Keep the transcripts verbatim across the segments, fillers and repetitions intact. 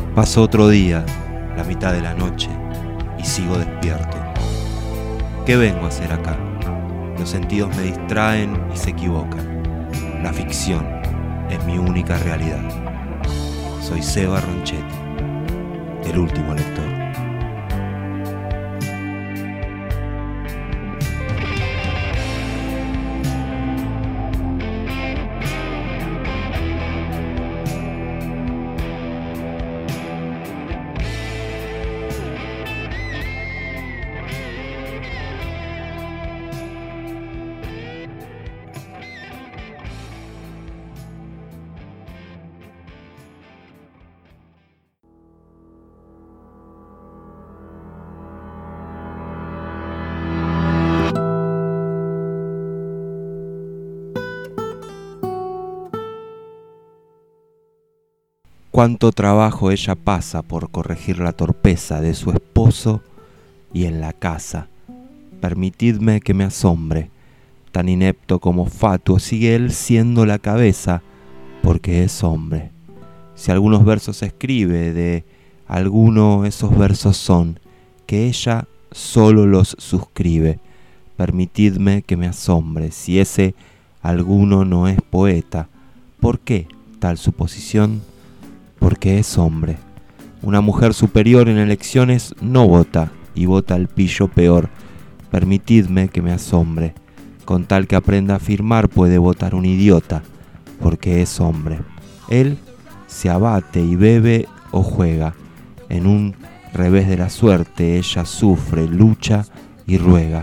Pasó otro día, la mitad de la noche, y sigo despierto. ¿Qué vengo a hacer acá? Los sentidos me distraen y se equivocan. La ficción es mi única realidad. Soy Seba Ronchetti, el último lector. Cuánto trabajo ella pasa por corregir la torpeza de su esposo y en la casa. Permitidme que me asombre, tan inepto como fatuo sigue él siendo la cabeza, porque es hombre. Si algunos versos escribe, de alguno esos versos son, que ella solo los suscribe. Permitidme que me asombre, si ese alguno no es poeta. ¿Por qué tal suposición? Porque es hombre. Una mujer superior en elecciones no vota, y vota el pillo peor. Permitidme que me asombre. Con tal que aprenda a afirmar puede votar un idiota, porque es hombre. Él se abate y bebe o juega. En un revés de la suerte ella sufre, lucha y ruega.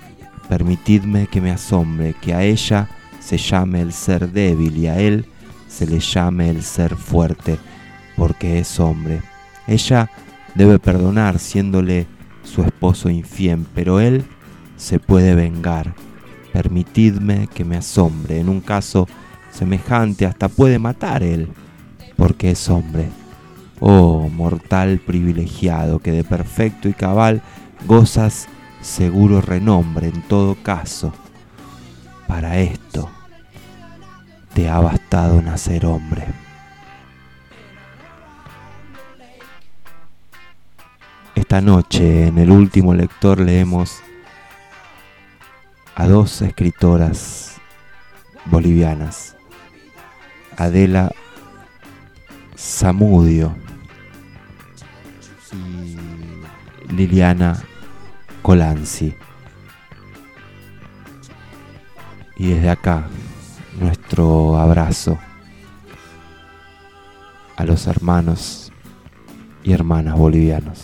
Permitidme que me asombre, que a ella se llame el ser débil y a él se le llame el ser fuerte, porque es hombre. Ella debe perdonar siéndole su esposo infiel, pero él se puede vengar. Permitidme que me asombre. En un caso semejante hasta puede matar él, porque es hombre. Oh, mortal privilegiado, que de perfecto y cabal gozas seguro renombre en todo caso. Para esto te ha bastado nacer hombre. Esta noche en el último lector leemos a dos escritoras bolivianas, Adela Zamudio y Liliana Colanzi. Y desde acá nuestro abrazo a los hermanos y hermanas bolivianos.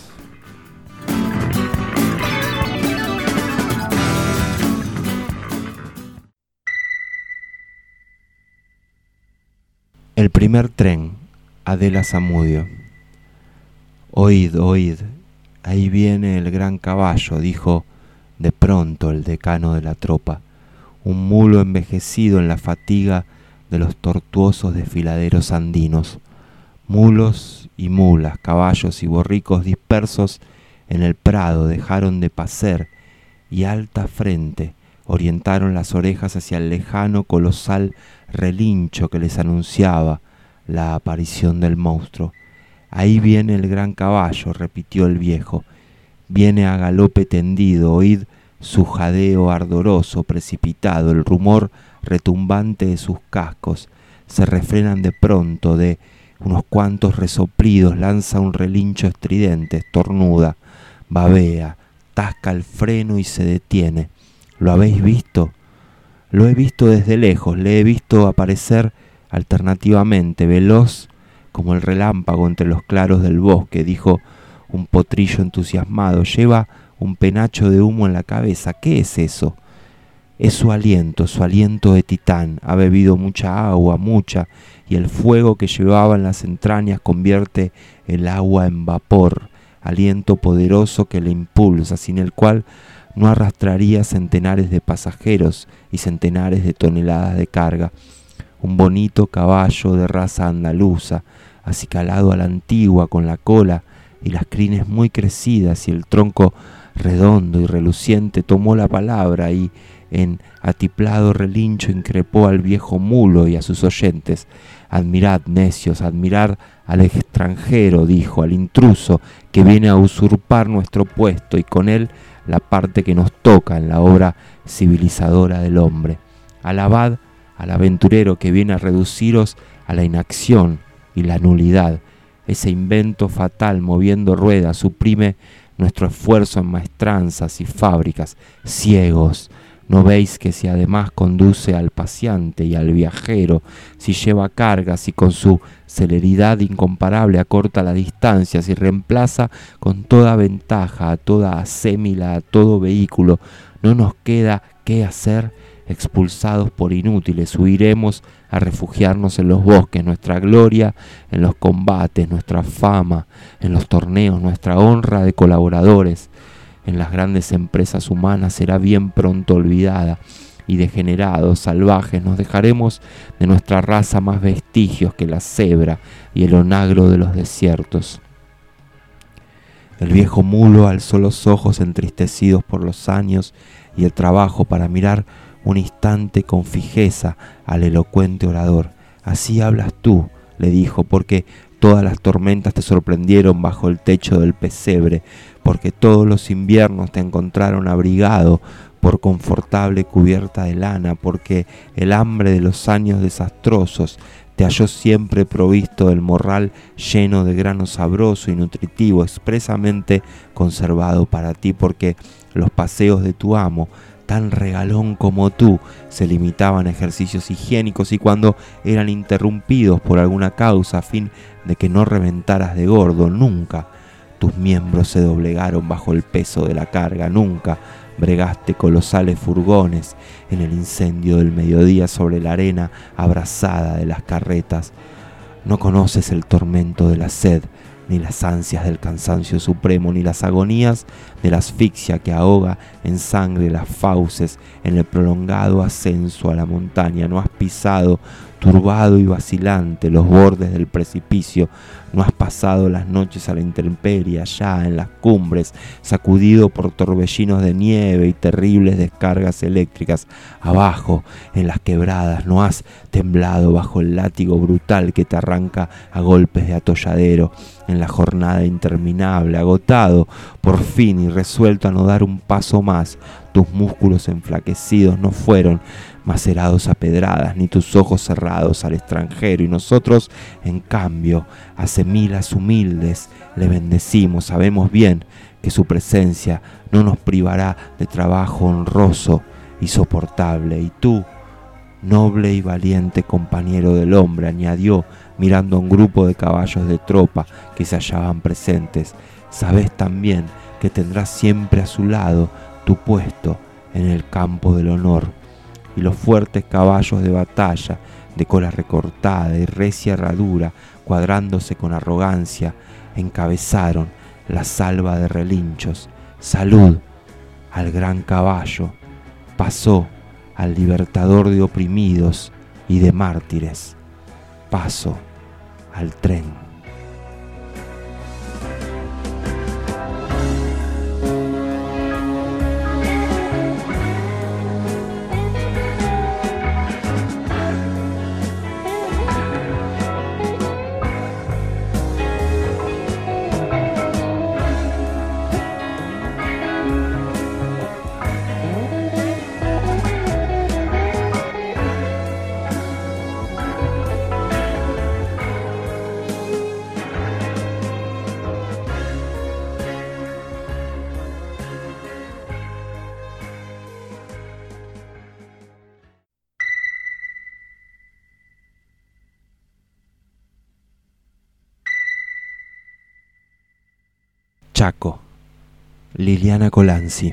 El primer tren, Adela Zamudio. Oíd, oíd, ahí viene el gran caballo, dijo de pronto el decano de la tropa, un mulo envejecido en la fatiga de los tortuosos desfiladeros andinos. Mulos y mulas, caballos y borricos dispersos en el prado dejaron de pacer y alta frente orientaron las orejas hacia el lejano colosal relincho que les anunciaba la aparición del monstruo. Ahí viene el gran caballo, repitió el viejo. Viene a galope tendido, oíd su jadeo ardoroso, precipitado, el rumor retumbante de sus cascos. Se refrenan de pronto, de unos cuantos resoplidos, lanza un relincho estridente, estornuda, babea, tasca el freno y se detiene. ¿Lo habéis visto? Lo he visto desde lejos, le he visto aparecer alternativamente, veloz como el relámpago entre los claros del bosque, dijo un potrillo entusiasmado. Lleva un penacho de humo en la cabeza. ¿Qué es eso? Es su aliento, su aliento de titán. Ha bebido mucha agua, mucha, y el fuego que llevaba en las entrañas convierte el agua en vapor, aliento poderoso que le impulsa, sin el cual no arrastraría centenares de pasajeros y centenares de toneladas de carga. Un bonito caballo de raza andaluza, acicalado a la antigua, con la cola y las crines muy crecidas y el tronco redondo y reluciente, tomó la palabra y, en atiplado relincho, increpó al viejo mulo y a sus oyentes. Admirad, necios, admirad al extranjero, dijo, al intruso que viene a usurpar nuestro puesto y con él la parte que nos toca en la obra civilizadora del hombre. Alabad al aventurero que viene a reduciros a la inacción y la nulidad. Ese invento fatal moviendo ruedas suprime nuestro esfuerzo en maestranzas y fábricas. Ciegos, ¿no veis que si además conduce al paseante y al viajero, si lleva cargas y con su celeridad incomparable acorta la distancia, si reemplaza con toda ventaja a toda acémila, a todo vehículo, no nos queda qué hacer? Expulsados por inútiles, huiremos a refugiarnos en los bosques, nuestra gloria en los combates, nuestra fama en los torneos, nuestra honra de colaboradores en las grandes empresas humanas será bien pronto olvidada, y degenerados, salvajes, nos dejaremos de nuestra raza más vestigios que la cebra y el onagro de los desiertos. El viejo mulo alzó los ojos entristecidos por los años y el trabajo para mirar un instante con fijeza al elocuente orador. Así hablas tú, le dijo, porque todas las tormentas te sorprendieron bajo el techo del pesebre, porque todos los inviernos te encontraron abrigado por confortable cubierta de lana, porque el hambre de los años desastrosos te halló siempre provisto del morral lleno de grano sabroso y nutritivo, expresamente conservado para ti, porque los paseos de tu amo, tan regalón como tú, se limitaban a ejercicios higiénicos y cuando eran interrumpidos por alguna causa a fin de que no reventaras de gordo, nunca tus miembros se doblegaron bajo el peso de la carga, nunca bregaste colosales furgones en el incendio del mediodía sobre la arena abrasada de las carretas. No conoces el tormento de la sed, ni las ansias del cansancio supremo, ni las agonías de la asfixia que ahoga en sangre las fauces en el prolongado ascenso a la montaña. No has pisado, turbado y vacilante, los bordes del precipicio. No has pasado las noches a la intemperie, allá en las cumbres, sacudido por torbellinos de nieve y terribles descargas eléctricas. Abajo, en las quebradas, no has temblado bajo el látigo brutal que te arranca a golpes de atolladero. En la jornada interminable, agotado por fin y resuelto a no dar un paso más, tus músculos enflaquecidos no fueron macerados a pedradas, ni tus ojos cerrados al extranjero, y nosotros, en cambio, a semilas humildes le bendecimos. Sabemos bien que su presencia no nos privará de trabajo honroso y soportable. Y tú, noble y valiente compañero del hombre, añadió, mirando a un grupo de caballos de tropa que se hallaban presentes, sabes también que tendrás siempre a su lado tu puesto en el campo del honor. Y los fuertes caballos de batalla, de cola recortada y recia herradura, cuadrándose con arrogancia, encabezaron la salva de relinchos. Salud al gran caballo, pasó al libertador de oprimidos y de mártires, paso al tren. Chaco, Liliana Colanzi.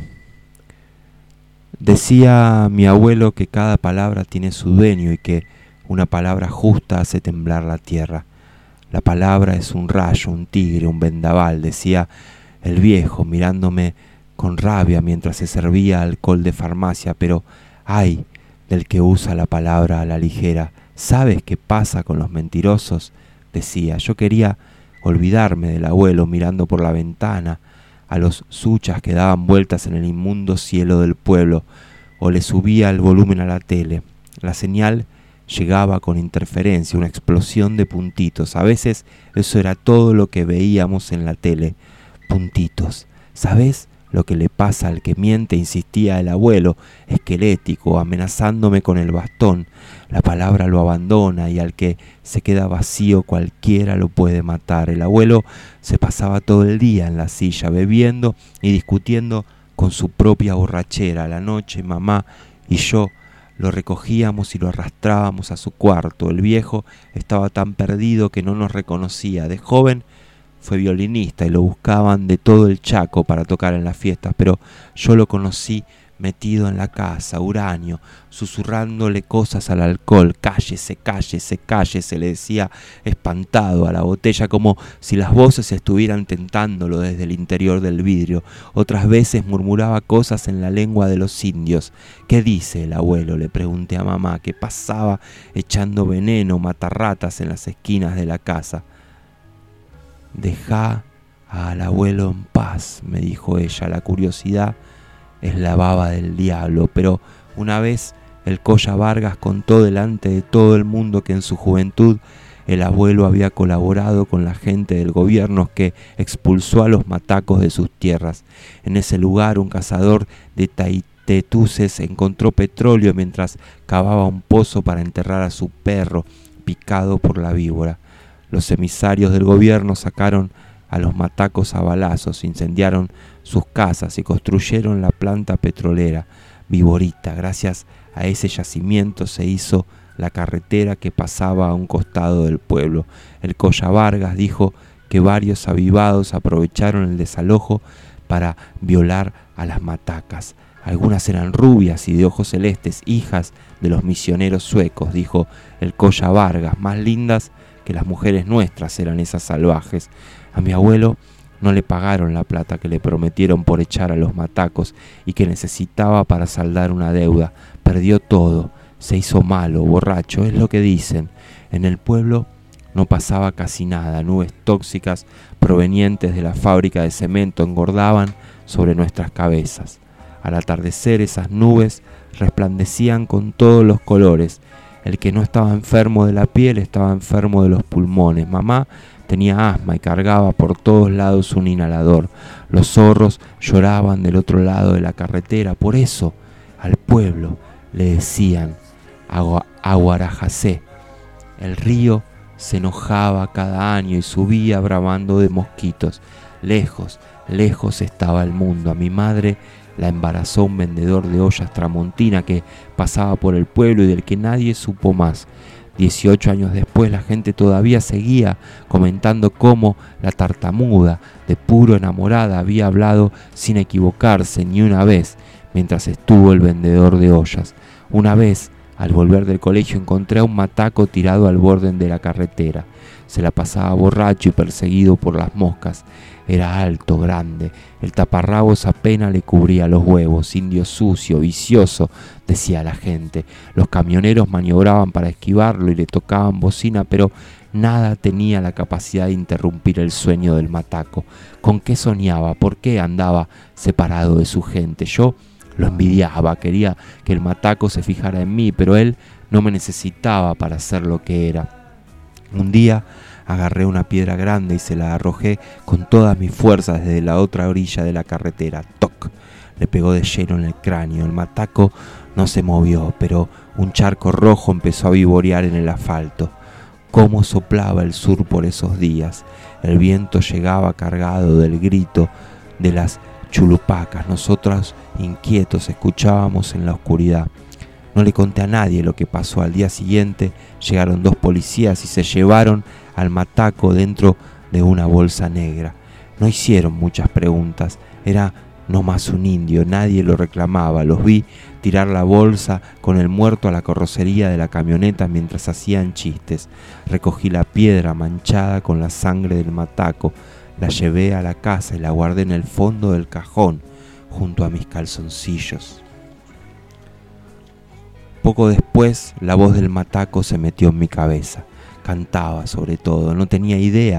Decía mi abuelo que cada palabra tiene su dueño y que una palabra justa hace temblar la tierra. La palabra es un rayo, un tigre, un vendaval, decía el viejo mirándome con rabia mientras se servía alcohol de farmacia, pero ay del que usa la palabra a la ligera. ¿Sabes qué pasa con los mentirosos?, decía. Yo quería olvidarme del abuelo mirando por la ventana a los suchas que daban vueltas en el inmundo cielo del pueblo, o le subía el volumen a la tele. La señal llegaba con interferencia, una explosión de puntitos. A veces eso era todo lo que veíamos en la tele. Puntitos. ¿Sabés lo que le pasa al que miente?, insistía el abuelo, esquelético, amenazándome con el bastón. La palabra lo abandona y al que se queda vacío cualquiera lo puede matar. El abuelo se pasaba todo el día en la silla, bebiendo y discutiendo con su propia borrachera. A la noche mamá y yo lo recogíamos y lo arrastrábamos a su cuarto. El viejo estaba tan perdido que no nos reconocía. De joven fue violinista y lo buscaban de todo el Chaco para tocar en las fiestas, pero yo lo conocí metido en la casa, huraño, susurrándole cosas al alcohol. Cállese, cállese, cállese, le decía espantado a la botella, como si las voces estuvieran tentándolo desde el interior del vidrio. Otras veces murmuraba cosas en la lengua de los indios. ¿Qué dice el abuelo?, le pregunté a mamá, que pasaba echando veneno, matarratas en las esquinas de la casa. Dejá al abuelo en paz, me dijo ella. La curiosidad es la baba del diablo. Pero una vez el Colla Vargas contó delante de todo el mundo que en su juventud el abuelo había colaborado con la gente del gobierno que expulsó a los matacos de sus tierras. En ese lugar un cazador de taitetuces encontró petróleo mientras cavaba un pozo para enterrar a su perro picado por la víbora. Los emisarios del gobierno sacaron a los matacos a balazos, incendiaron sus casas y construyeron la planta petrolera Viborita. Gracias a ese yacimiento se hizo la carretera que pasaba a un costado del pueblo. El Colla Vargas dijo que varios avivados aprovecharon el desalojo para violar a las matacas. Algunas eran rubias y de ojos celestes, hijas de los misioneros suecos, dijo el Colla Vargas. Más lindas que las mujeres nuestras eran esas salvajes. A mi abuelo no le pagaron la plata que le prometieron por echar a los matacos y que necesitaba para saldar una deuda. Perdió todo, se hizo malo, borracho, es lo que dicen. En el pueblo no pasaba casi nada. Nubes tóxicas provenientes de la fábrica de cemento engordaban sobre nuestras cabezas. Al atardecer esas nubes resplandecían con todos los colores. El que no estaba enfermo de la piel estaba enfermo de los pulmones. Mamá tenía asma y cargaba por todos lados un inhalador. Los zorros lloraban del otro lado de la carretera. Por eso al pueblo le decían Aguarajacé. El río se enojaba cada año y subía bramando de mosquitos. Lejos, lejos estaba el mundo. A mi madre la embarazó un vendedor de ollas tramontina que pasaba por el pueblo y del que nadie supo más. Dieciocho años después la gente todavía seguía comentando cómo la tartamuda, de puro enamorada, había hablado sin equivocarse ni una vez mientras estuvo el vendedor de ollas. Una vez, al volver del colegio, encontré a un mataco tirado al borde de la carretera. Se la pasaba borracho y perseguido por las moscas. Era alto, grande, el taparrabos apenas le cubría los huevos. Indio sucio, vicioso, decía la gente. Los camioneros maniobraban para esquivarlo y le tocaban bocina, pero nada tenía la capacidad de interrumpir el sueño del mataco. ¿Con qué soñaba? ¿Por qué andaba separado de su gente? Yo lo envidiaba, quería que el mataco se fijara en mí, pero él no me necesitaba para ser lo que era. Un día agarré una piedra grande y se la arrojé con todas mis fuerzas desde la otra orilla de la carretera. ¡Toc! Le pegó de lleno en el cráneo. El mataco no se movió, pero un charco rojo empezó a vivorear en el asfalto. Cómo soplaba el sur por esos días. El viento llegaba cargado del grito de las chulupacas. Nosotros, inquietos, escuchábamos en la oscuridad. No le conté a nadie lo que pasó. Al día siguiente llegaron dos policías y se llevaron al mataco dentro de una bolsa negra. No hicieron muchas preguntas. Era no más un indio, nadie lo reclamaba. Los vi tirar la bolsa con el muerto a la carrocería de la camioneta mientras hacían chistes. Recogí la piedra manchada con la sangre del mataco, la llevé a la casa y la guardé en el fondo del cajón junto a mis calzoncillos. Poco después, la voz del mataco se metió en mi cabeza. Cantaba sobre todo, no tenía idea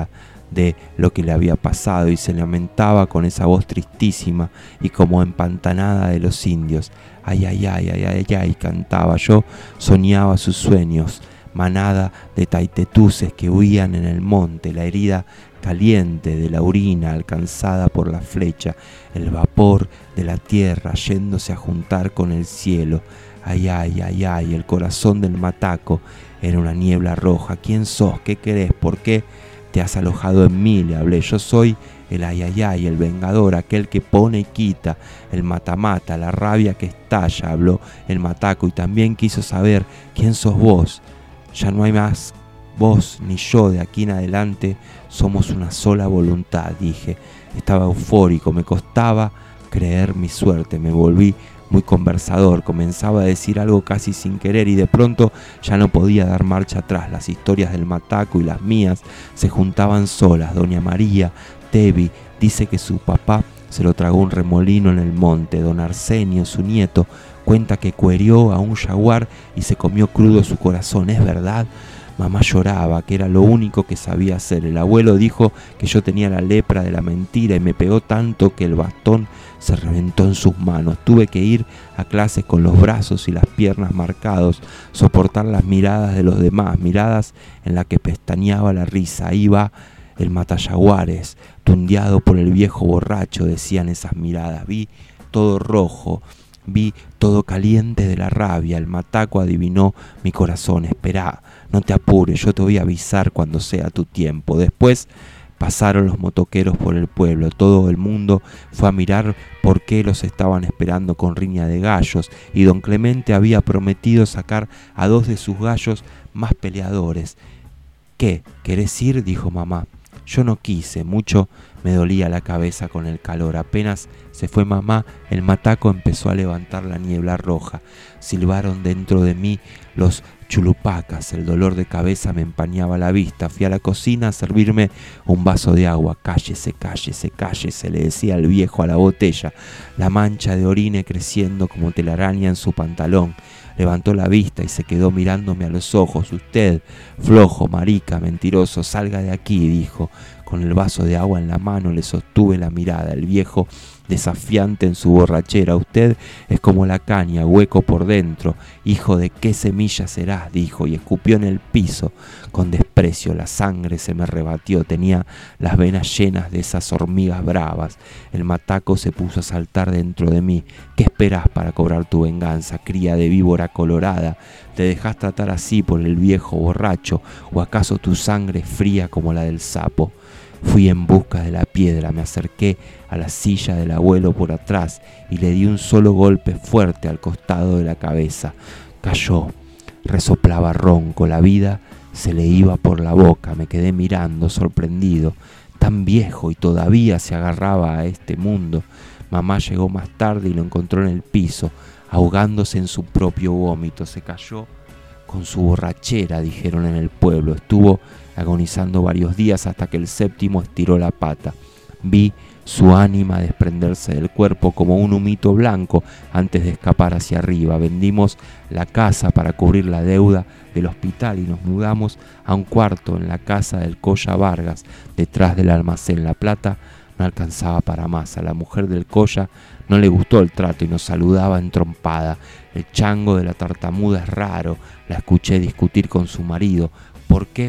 de lo que le había pasado y se lamentaba con esa voz tristísima y como empantanada de los indios. Ay, ay, ay, ay, ay, ay, cantaba. Yo soñaba sus sueños, manada de taitetuces que huían en el monte, la herida caliente de la orina alcanzada por la flecha, el vapor de la tierra yéndose a juntar con el cielo. Ay, ay, ay, ay, el corazón del mataco era una niebla roja. ¿Quién sos? ¿Qué querés? ¿Por qué te has alojado en mí? Le hablé. Yo soy el ay, ay, ay, el vengador, aquel que pone y quita, el matamata, la rabia que estalla, habló el mataco y también quiso saber quién sos vos. Ya no hay más vos ni yo, de aquí en adelante somos una sola voluntad, dije. Estaba eufórico, me costaba creer mi suerte, me volví muy conversador, comenzaba a decir algo casi sin querer y de pronto ya no podía dar marcha atrás. Las historias del mataco y las mías se juntaban solas. Doña María Tevi dice que su papá se lo tragó un remolino en el monte. Don Arsenio, su nieto, cuenta que cuerió a un jaguar y se comió crudo su corazón. ¿Es verdad? Mamá lloraba, que era lo único que sabía hacer. El abuelo dijo que yo tenía la lepra de la mentira y me pegó tanto que el bastón se reventó en sus manos. Tuve que ir a clases con los brazos y las piernas marcados, soportar las miradas de los demás, miradas en las que pestañeaba la risa. Ahí va el matayaguares, tundeado por el viejo borracho, decían esas miradas. Vi todo rojo, vi todo caliente de la rabia. El mataco adivinó mi corazón. Esperá, no te apures, yo te voy a avisar cuando sea tu tiempo. Después pasaron los motoqueros por el pueblo. Todo el mundo fue a mirar por qué los estaban esperando con riña de gallos, y don Clemente había prometido sacar a dos de sus gallos más peleadores. ¿Qué? ¿Querés ir?, dijo mamá. Yo no quise, mucho me dolía la cabeza con el calor. Apenas se fue mamá, el mataco empezó a levantar la niebla roja. Silbaron dentro de mí los chulupacas, el dolor de cabeza me empañaba la vista. Fui a la cocina a servirme un vaso de agua. Cállese, cállese, cállese, le decía el viejo a la botella. La mancha de orine creciendo como telaraña en su pantalón. Levantó la vista y se quedó mirándome a los ojos. Usted, flojo, marica, mentiroso, salga de aquí, dijo. Con el vaso de agua en la mano le sostuve la mirada. El viejo, desafiante en su borrachera. Usted es como la caña, hueco por dentro. Hijo de qué semilla serás, dijo, y escupió en el piso con desprecio. La sangre se me rebatió, tenía las venas llenas de esas hormigas bravas. El mataco se puso a saltar dentro de mí. ¿Qué esperás para cobrar tu venganza, cría de víbora colorada? ¿Te dejás tratar así por el viejo borracho? ¿O acaso tu sangre es fría como la del sapo? Fui en busca de la piedra, me acerqué a la silla del abuelo por atrás y le di un solo golpe fuerte al costado de la cabeza. Cayó, resoplaba ronco, la vida se le iba por la boca. Me quedé mirando, sorprendido. Tan viejo y todavía se agarraba a este mundo. Mamá llegó más tarde y lo encontró en el piso, ahogándose en su propio vómito. Se cayó con su borrachera, dijeron en el pueblo. Estuvo agonizando varios días hasta que el séptimo estiró la pata. Vi su ánima desprenderse del cuerpo como un humito blanco antes de escapar hacia arriba. Vendimos la casa para cubrir la deuda del hospital y nos mudamos a un cuarto en la casa del Colla Vargas, detrás del almacén. La plata no alcanzaba para más. A la mujer del Colla no le gustó el trato y nos saludaba entrompada. El chango de la tartamuda es raro. La escuché discutir con su marido. ¿Por qué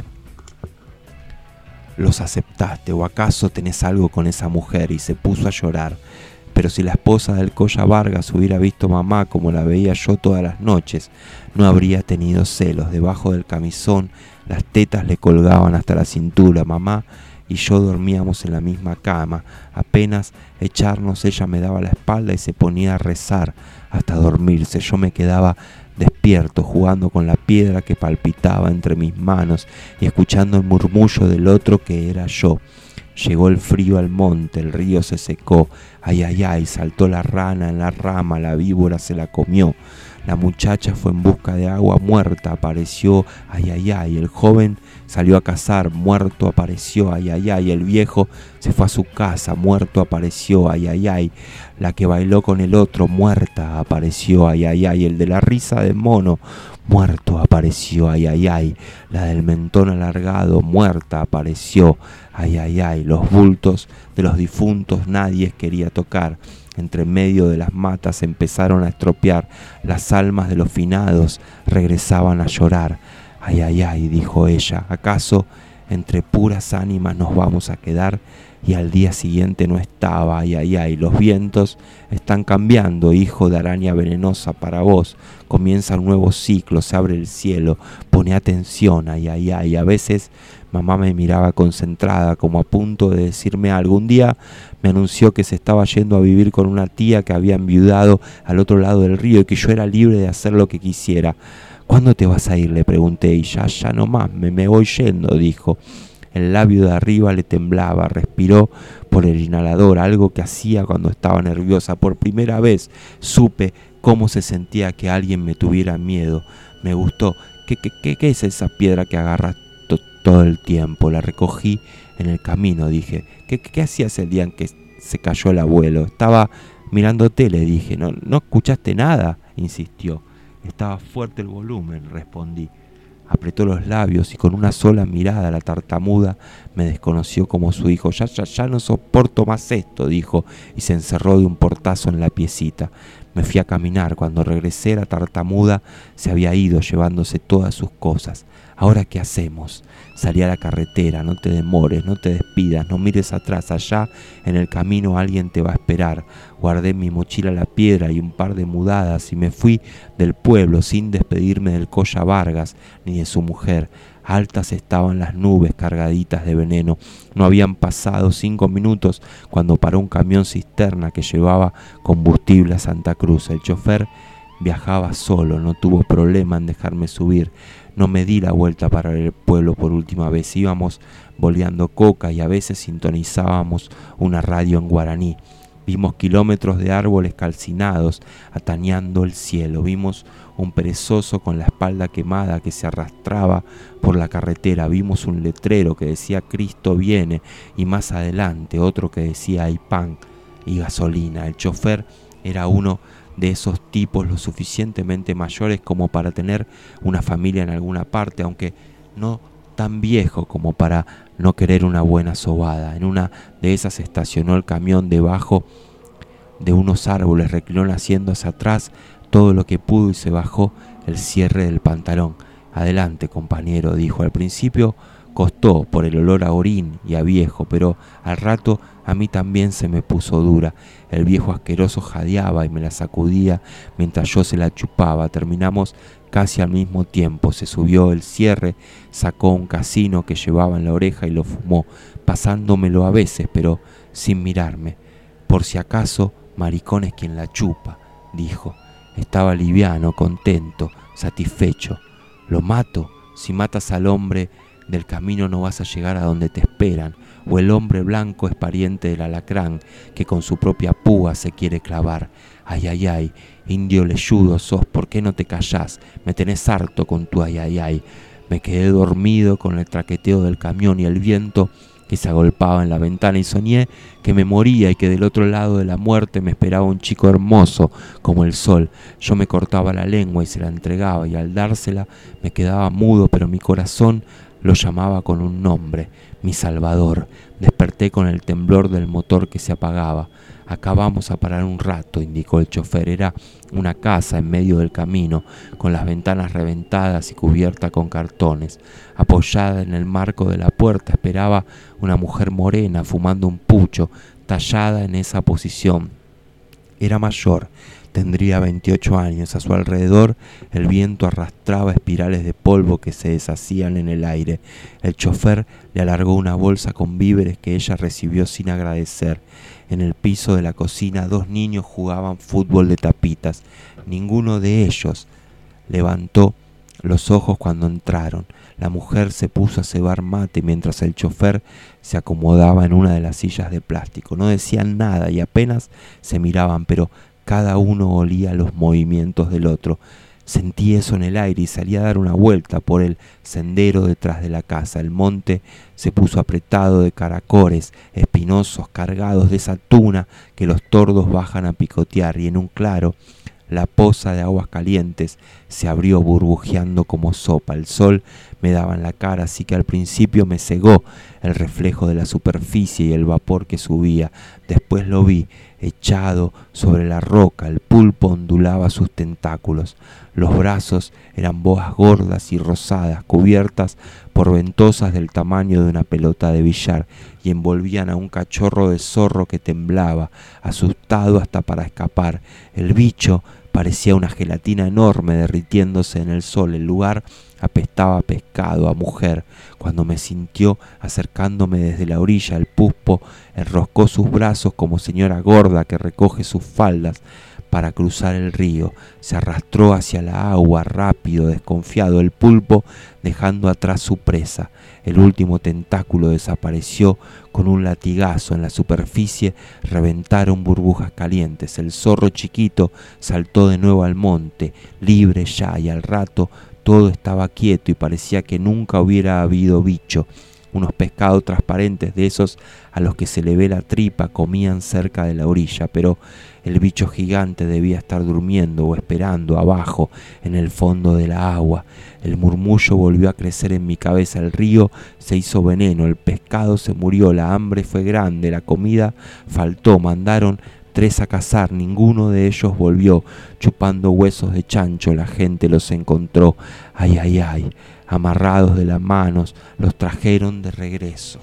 los aceptaste? ¿O acaso tenés algo con esa mujer? Y se puso a llorar. Pero si la esposa del Colla Vargas hubiera visto mamá como la veía yo todas las noches, no habría tenido celos. Debajo del camisón las tetas le colgaban hasta la cintura. Mamá y yo dormíamos en la misma cama. Apenas echarnos, ella me daba la espalda y se ponía a rezar hasta dormirse. Yo me quedaba despierto, jugando con la piedra que palpitaba entre mis manos y escuchando el murmullo del otro que era yo. Llegó el frío al monte, el río se secó. Ay, ay, ay, saltó la rana en la rama, la víbora se la comió. La muchacha fue en busca de agua muerta, apareció. Ay, ay, ay, el joven salió a cazar, muerto apareció, ay, ay, ay. El viejo se fue a su casa, muerto apareció, ay, ay, ay. La que bailó con el otro, muerta apareció, ay, ay, ay. El de la risa de mono, muerto apareció, ay, ay, ay. La del mentón alargado, muerta apareció, ay, ay, ay. Los bultos de los difuntos nadie quería tocar. Entre medio de las matas empezaron a estropear. Las almas de los finados regresaban a llorar. Ay, ay, ay, dijo ella, ¿acaso entre puras ánimas nos vamos a quedar? Y al día siguiente no estaba, ay, ay, ay, los vientos están cambiando, hijo de araña venenosa para vos. Comienza un nuevo ciclo, se abre el cielo, pone atención, ay, ay, ay. A veces mamá me miraba concentrada, como a punto de decirme algo. Un día me anunció que se estaba yendo a vivir con una tía que había enviudado al otro lado del río y que yo era libre de hacer lo que quisiera. ¿Cuándo te vas a ir?, le pregunté. Y ya, ya no más, me, me voy yendo, dijo. El labio de arriba le temblaba, respiró por el inhalador, algo que hacía cuando estaba nerviosa. Por primera vez supe cómo se sentía que alguien me tuviera miedo. Me gustó. ¿Qué, qué, qué, qué es esa piedra que agarras to, todo el tiempo? La recogí en el camino, dije. ¿Qué, qué, qué hacías el día en que se cayó el abuelo? Estaba mirándote, le dije. ¿No, no escuchaste nada?, insistió. Estaba fuerte el volumen, respondí. Apretó los labios y con una sola mirada la tartamuda me desconoció como su hijo. Ya, ya, ya no soporto más esto, dijo, y se encerró de un portazo en la piecita. Me fui a caminar. Cuando regresé, la tartamuda se había ido llevándose todas sus cosas. ¿Ahora qué hacemos? Salí a la carretera. No te demores, no te despidas, no mires atrás. Allá en el camino alguien te va a esperar. Guardé en mi mochila la piedra y un par de mudadas y me fui del pueblo sin despedirme del Colla Vargas ni de su mujer. Altas estaban las nubes cargaditas de veneno. No habían pasado cinco minutos cuando paró un camión cisterna que llevaba combustible a Santa Cruz. El chofer viajaba solo, no tuvo problema en dejarme subir. No me di la vuelta para ver el pueblo por última vez. Íbamos boleando coca y a veces sintonizábamos una radio en guaraní. Vimos kilómetros de árboles calcinados atañando el cielo. Vimos un perezoso con la espalda quemada que se arrastraba por la carretera. Vimos un letrero que decía Cristo viene y más adelante otro que decía hay pan y gasolina. El chofer era uno de esos tipos lo suficientemente mayores como para tener una familia en alguna parte, aunque no tan viejo como para no querer una buena sobada. En una de esas estacionó el camión debajo de unos árboles, reclinó el asiento hacia atrás todo lo que pudo y se bajó el cierre del pantalón. Adelante, compañero, dijo. Al principio costó por el olor a orín y a viejo, pero al rato a mí también se me puso dura. El viejo asqueroso jadeaba y me la sacudía mientras yo se la chupaba. Terminamos casi al mismo tiempo. Se subió el cierre, sacó un casino que llevaba en la oreja y lo fumó, pasándomelo a veces, pero sin mirarme. Por si acaso, maricón es quien la chupa, dijo. Estaba liviano, contento, satisfecho. ¿Lo mato? Si matas al hombre del camino no vas a llegar a donde te esperan. O el hombre blanco es pariente del alacrán que con su propia púa se quiere clavar. Ay, ay, ay, indio leyudo sos, ¿por qué no te callás? Me tenés harto con tu ay, ay, ay. Me quedé dormido con el traqueteo del camión y el viento que se agolpaba en la ventana y soñé que me moría y que del otro lado de la muerte me esperaba un chico hermoso como el sol. Yo me cortaba la lengua y se la entregaba y al dársela me quedaba mudo, pero mi corazón lo llamaba con un nombre, mi Salvador. Desperté con el temblor del motor que se apagaba. Acá vamos a parar un rato, indicó el chofer. Era una casa en medio del camino, con las ventanas reventadas y cubierta con cartones. Apoyada en el marco de la puerta esperaba una mujer morena fumando un pucho, tallada en esa posición. Era mayor, tendría veintiocho años. A su alrededor el viento arrastraba espirales de polvo que se deshacían en el aire. El chofer le alargó una bolsa con víveres que ella recibió sin agradecer. En el piso de la cocina dos niños jugaban fútbol de tapitas. Ninguno de ellos levantó los ojos cuando entraron. La mujer se puso a cebar mate mientras el chofer se acomodaba en una de las sillas de plástico. No decían nada y apenas se miraban, pero cada uno olía los movimientos del otro. Sentí eso en el aire y salí a dar una vuelta por el sendero detrás de la casa. El monte se puso apretado de caracores espinosos cargados de esa tuna que los tordos bajan a picotear, y en un claro la poza de aguas calientes se abrió burbujeando como sopa. El sol me daba en la cara, así que al principio me cegó el reflejo de la superficie y el vapor que subía. Después lo vi, echado sobre la roca. El pulpo ondulaba sus tentáculos. Los brazos eran boas gordas y rosadas, cubiertas por ventosas del tamaño de una pelota de billar, y envolvían a un cachorro de zorro que temblaba, asustado hasta para escapar. El bicho parecía una gelatina enorme derritiéndose en el sol. El lugar apestaba a pescado, a mujer. Cuando me sintió acercándome desde la orilla, el pulpo enroscó sus brazos como señora gorda que recoge sus faldas para cruzar el río. Se arrastró hacia la agua, rápido, desconfiado, el pulpo dejando atrás su presa. El último tentáculo desapareció con un latigazo. En la superficie reventaron burbujas calientes. El zorro chiquito saltó de nuevo al monte, libre ya, y al rato todo estaba quieto y parecía que nunca hubiera habido bicho. Unos pescados transparentes de esos a los que se le ve la tripa comían cerca de la orilla, pero el bicho gigante debía estar durmiendo o esperando abajo en el fondo de la agua. El murmullo volvió a crecer en mi cabeza. El río se hizo veneno, el pescado se murió, la hambre fue grande, la comida faltó. Mandaron tres a cazar, ninguno de ellos volvió, chupando huesos de chancho. La gente los encontró, ay, ay, ay, amarrados de las manos, los trajeron de regreso.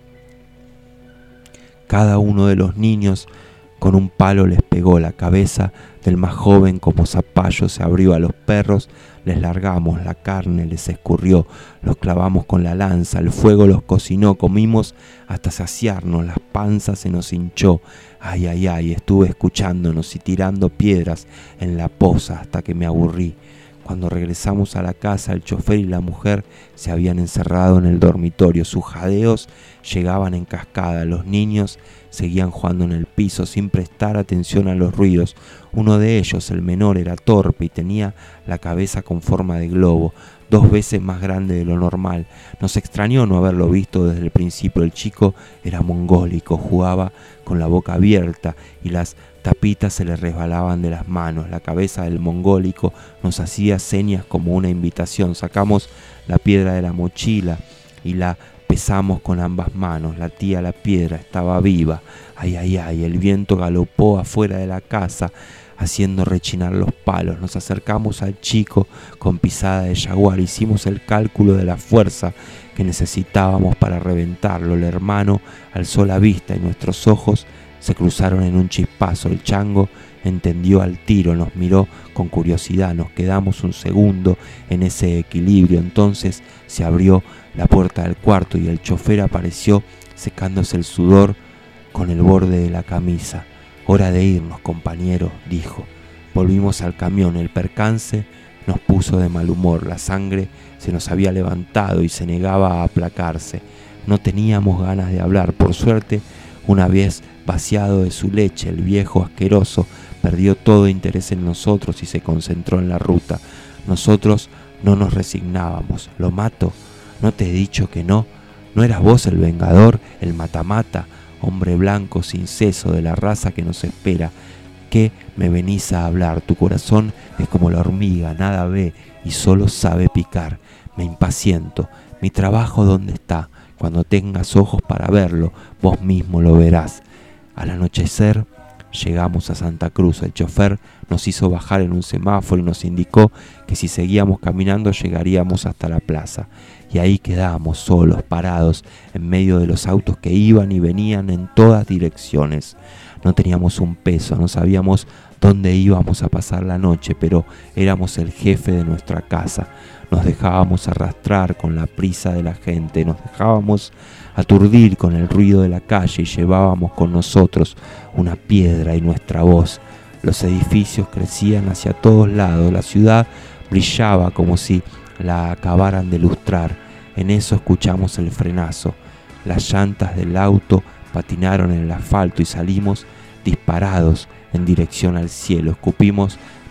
Cada uno de los niños con un palo les pegó. La cabeza del más joven como zapallo se abrió. A los perros les largamos la carne, les escurrió, los clavamos con la lanza, el fuego los cocinó, comimos hasta saciarnos, las panzas se nos hinchó. Ay, ay, ay, estuve escuchándonos y tirando piedras en la poza hasta que me aburrí. Cuando regresamos a la casa, el chofer y la mujer se habían encerrado en el dormitorio. Sus jadeos llegaban en cascada. Los niños seguían jugando en el piso sin prestar atención a los ruidos. Uno de ellos, el menor, era torpe y tenía la cabeza con forma de globo, dos veces más grande de lo normal. Nos extrañó no haberlo visto desde el principio. El chico era mongólico, jugaba con la boca abierta y las tapitas se le resbalaban de las manos. La cabeza del mongólico nos hacía señas como una invitación. Sacamos la piedra de la mochila y la pesamos con ambas manos. La tía la piedra estaba viva. Ay, ay, ay, el viento galopó afuera de la casa haciendo rechinar los palos. Nos acercamos al chico con pisada de jaguar. Hicimos el cálculo de la fuerza que necesitábamos para reventarlo. El hermano alzó la vista y nuestros ojos se cruzaron en un chispazo. El chango entendió al tiro, nos miró con curiosidad. Nos quedamos un segundo en ese equilibrio. Entonces se abrió la puerta del cuarto y el chofer apareció secándose el sudor con el borde de la camisa. Hora de irnos, compañero, dijo. Volvimos al camión. El percance nos puso de mal humor. La sangre se nos había levantado y se negaba a aplacarse. No teníamos ganas de hablar. Por suerte, una vez vaciado de su leche, el viejo asqueroso perdió todo interés en nosotros y se concentró en la ruta. Nosotros no nos resignábamos. ¿Lo mato? ¿No te he dicho que no? ¿No eras vos el vengador, el matamata, hombre blanco sin seso de la raza que nos espera? ¿Qué me venís a hablar? Tu corazón es como la hormiga, nada ve y solo sabe picar. Me impaciento. ¿Mi trabajo dónde está? Cuando tengas ojos para verlo, vos mismo lo verás. Al anochecer llegamos a Santa Cruz. El chofer nos hizo bajar en un semáforo y nos indicó que si seguíamos caminando llegaríamos hasta la plaza. Y ahí quedamos solos, parados, en medio de los autos que iban y venían en todas direcciones. No teníamos un peso, no sabíamos dónde íbamos a pasar la noche, pero éramos el jefe de nuestra casa. Nos dejábamos arrastrar con la prisa de la gente, nos dejábamos aturdir con el ruido de la calle y llevábamos con nosotros una piedra y nuestra voz. Los edificios crecían hacia todos lados, la ciudad brillaba como si la acabaran de lustrar. En eso escuchamos el frenazo. Las llantas del auto patinaron en el asfalto y salimos disparados en dirección al cielo. Escupimos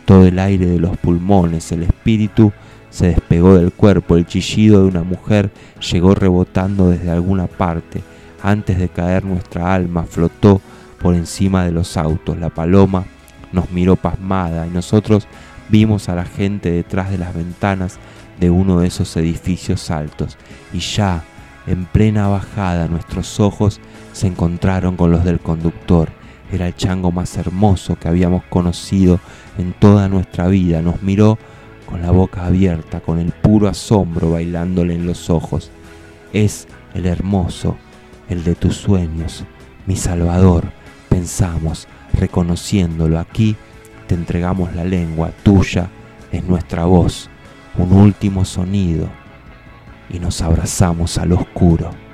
brotó del aire de los pulmones, el espíritu se despegó del cuerpo, el chillido de una mujer llegó rebotando desde alguna parte. Antes de caer nuestra alma flotó por encima de los autos. La paloma nos miró pasmada y nosotros vimos a la gente detrás de las ventanas de uno de esos edificios altos. Y ya, en plena bajada, nuestros ojos se encontraron con los del conductor. Era el chango más hermoso que habíamos conocido en toda nuestra vida. Nos miró con la boca abierta, con el puro asombro bailándole en los ojos. Es el hermoso, el de tus sueños, mi salvador, pensamos, reconociéndolo. Aquí te entregamos la lengua, tuya es nuestra voz, un último sonido, y nos abrazamos al oscuro.